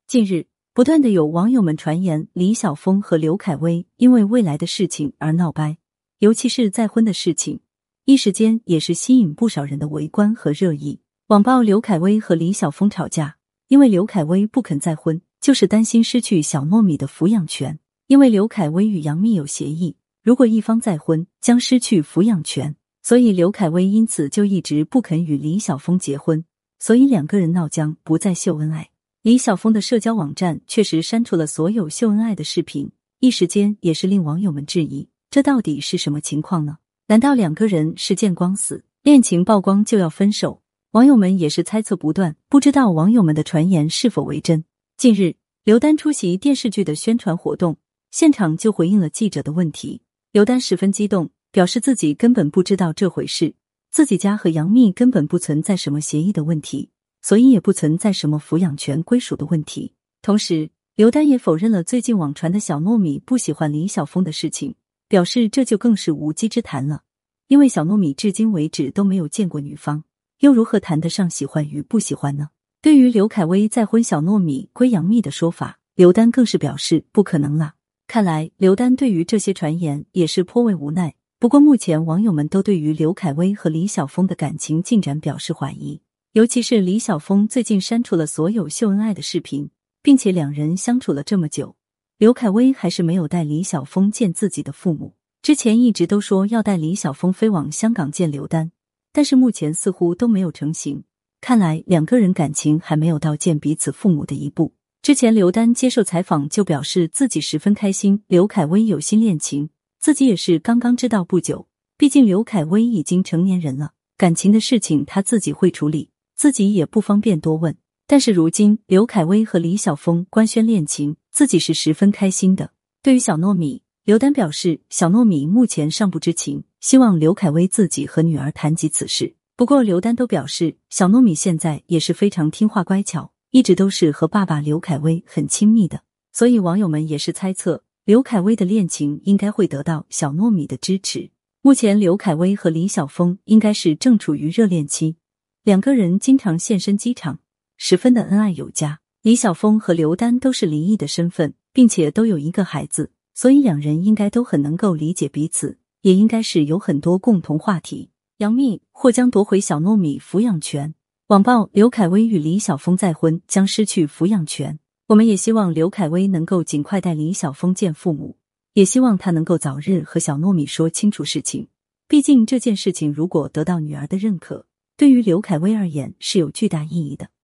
近日，不断的有网友们传言李晓峰和刘恺威因为未来的事情而闹掰，尤其是再婚的事情，一时间也是吸引不少人的围观和热议。网曝刘恺威和李晓峰吵架，因为刘恺威不肯再婚，就是担心失去小糯米的抚养权。因为刘恺威与杨幂有协议，如果一方再婚，将失去抚养权，所以刘恺威因此就一直不肯与李晓峰结婚，所以两个人闹僵，不再秀恩爱。李晓峰的社交网站确实删除了所有秀恩爱的视频，一时间也是令网友们质疑，这到底是什么情况呢？难道两个人是见光死，恋情曝光就要分手？网友们也是猜测不断，不知道网友们的传言是否为真。近日，刘丹出席电视剧的宣传活动，现场就回应了记者的问题。刘丹十分激动，表示自己根本不知道这回事，自己家和杨幂根本不存在什么协议的问题，所以也不存在什么抚养权归属的问题。同时，刘丹也否认了最近网传的小糯米不喜欢李晓峰的事情，表示这就更是无稽之谈了，因为小糯米至今为止都没有见过女方，又如何谈得上喜欢与不喜欢呢？对于刘恺威再婚小糯米归杨幂的说法，刘丹更是表示不可能啦。看来刘丹对于这些传言也是颇为无奈。不过目前网友们都对于刘恺威和李晓峰的感情进展表示怀疑，尤其是李晓峰最近删除了所有秀恩爱的视频，并且两人相处了这么久，刘恺威还是没有带李晓峰见自己的父母。之前一直都说要带李晓峰飞往香港见刘丹，但是目前似乎都没有成型，看来两个人感情还没有到见彼此父母的一步。之前刘丹接受采访就表示自己十分开心刘恺威有新恋情，自己也是刚刚知道不久，毕竟刘恺威已经成年人了，感情的事情他自己会处理，自己也不方便多问。但是如今刘恺威和李晓峰官宣恋情，自己是十分开心的。对于小糯米，刘丹表示小糯米目前尚不知情，希望刘恺威自己和女儿谈及此事。不过刘丹都表示小糯米现在也是非常听话乖巧，一直都是和爸爸刘恺威很亲密的，所以网友们也是猜测刘恺威的恋情应该会得到小糯米的支持。目前刘恺威和李晓峰应该是正处于热恋期，两个人经常现身机场，十分的恩爱有加。李晓峰和刘丹都是离异的身份，并且都有一个孩子，所以两人应该都很能够理解彼此，也应该是有很多共同话题。杨幂或将夺回小糯米抚养权。网曝刘恺威与李晓峰再婚将失去抚养权。我们也希望刘恺威能够尽快带李晓峰见父母，也希望他能够早日和小糯米说清楚事情。毕竟这件事情如果得到女儿的认可，对于刘恺威而言是有巨大意义的。